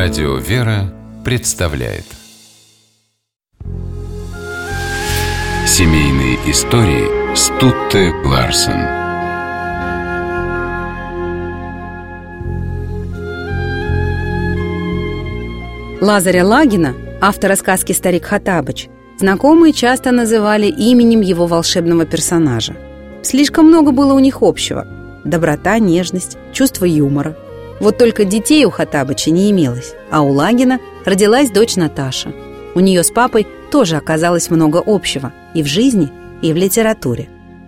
Радио «Вера» представляет семейные истории Стутте Ларсен. Лазаря Лагина, автора сказки «Старик Хоттабыч», знакомые часто называли именем его волшебного персонажа. Слишком много было у них общего: доброта, нежность, чувство юмора. Вот только детей у Хоттабыча не имелось, а у Лагина родилась дочь Наташа. У нее с папой тоже оказалось много общего и в жизни, и в литературе.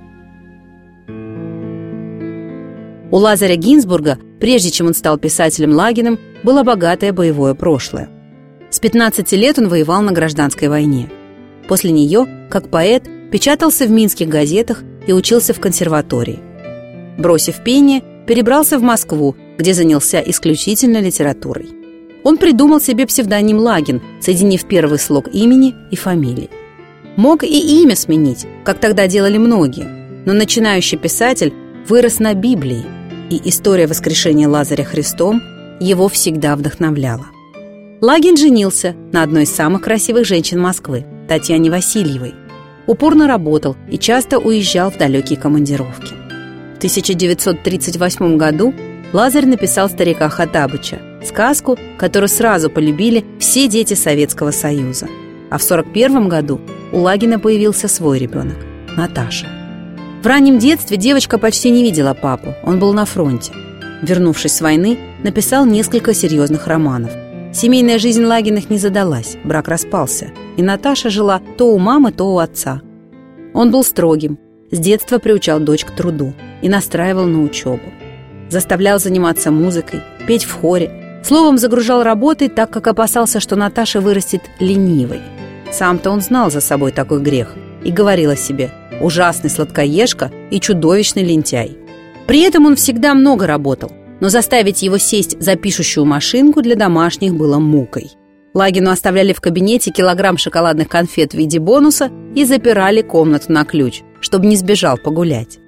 У Лазаря Гинзбурга, прежде чем он стал писателем Лагиным, было богатое боевое прошлое. С 15 лет он воевал на гражданской войне. После нее, как поэт, печатался в минских газетах и учился в консерватории. Бросив пение, перебрался в Москву, где занялся исключительно литературой. Он придумал себе псевдоним Лагин, соединив первый слог имени и фамилии. Мог и имя сменить, как тогда делали многие, но начинающий писатель вырос на Библии, и история воскрешения Лазаря Христом его всегда вдохновляла. Лагин женился на одной из самых красивых женщин Москвы, Татьяне Васильевой. Упорно работал и часто уезжал в далекие командировки. В 1938 году Лазарь написал «Старика Хоттабыча», сказку, которую сразу полюбили все дети Советского Союза. А в 1941 году у Лагина появился свой ребенок – Наташа. В раннем детстве девочка почти не видела папу, он был на фронте. Вернувшись с войны, написал несколько серьезных романов. Семейная жизнь Лагиных не задалась, брак распался, и Наташа жила то у мамы, то у отца. Он был строгим, с детства приучал дочь к труду и настраивал на учебу. Заставлял заниматься музыкой, петь в хоре. Словом, загружал работой, так как опасался, что Наташа вырастет ленивой. Сам-то он знал за собой такой грех и говорил о себе: ужасный сладкоежка и чудовищный лентяй. При этом он всегда много работал, но заставить его сесть за пишущую машинку для домашних было мукой. Лагину оставляли в кабинете килограмм шоколадных конфет в виде бонуса и запирали комнату на ключ, чтобы не сбежал погулять.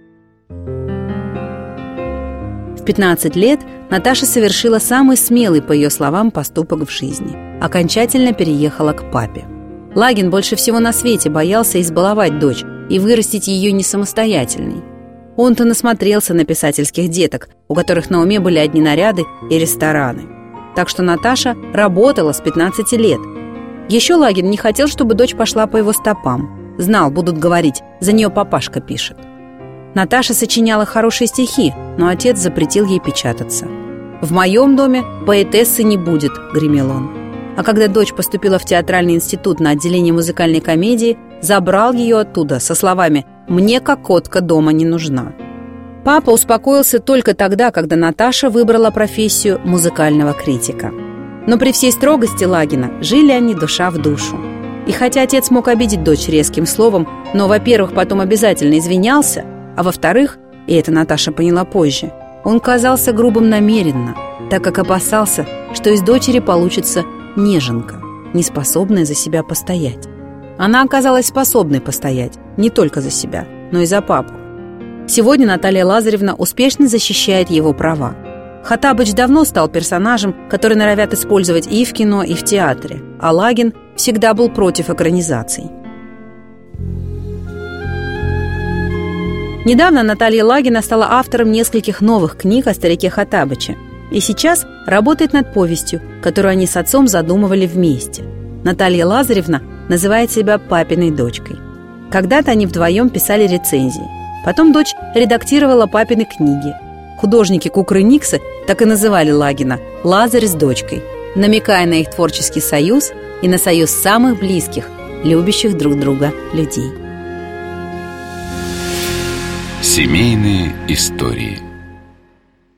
В 15 лет Наташа совершила самый смелый, по ее словам, поступок в жизни. Окончательно переехала к папе. Лагин больше всего на свете боялся избаловать дочь и вырастить ее не самостоятельной. Он-то насмотрелся на писательских деток, у которых на уме были одни наряды и рестораны. Так что Наташа работала с 15 лет. Еще Лагин не хотел, чтобы дочь пошла по его стопам. Знал, будут говорить: за нее папашка пишет. Наташа сочиняла хорошие стихи, но отец запретил ей печататься. «В моем доме поэтессы не будет», — гремел он. А когда дочь поступила в театральный институт на отделение музыкальной комедии, забрал ее оттуда со словами: «Мне кокотка дома не нужна». Папа успокоился только тогда, когда Наташа выбрала профессию музыкального критика. Но при всей строгости Лагина жили они душа в душу. И хотя отец мог обидеть дочь резким словом, но, во-первых, потом обязательно извинялся, а во-вторых, и это Наташа поняла позже, он казался грубым намеренно, так как опасался, что из дочери получится неженка, неспособная за себя постоять. Она оказалась способной постоять не только за себя, но и за папу. Сегодня Наталья Лазаревна успешно защищает его права. Хоттабыч давно стал персонажем, который норовят использовать и в кино, и в театре, а Лагин всегда был против экранизаций. Недавно Наталья Лагина стала автором нескольких новых книг о старике Хоттабыче и сейчас работает над повестью, которую они с отцом задумывали вместе. Наталья Лазаревна называет себя папиной дочкой. Когда-то они вдвоем писали рецензии. Потом дочь редактировала папины книги. Художники Кукрыниксы так и называли Лагина «Лазарь с дочкой», намекая на их творческий союз и на союз самых близких, любящих друг друга людей. Семейные истории.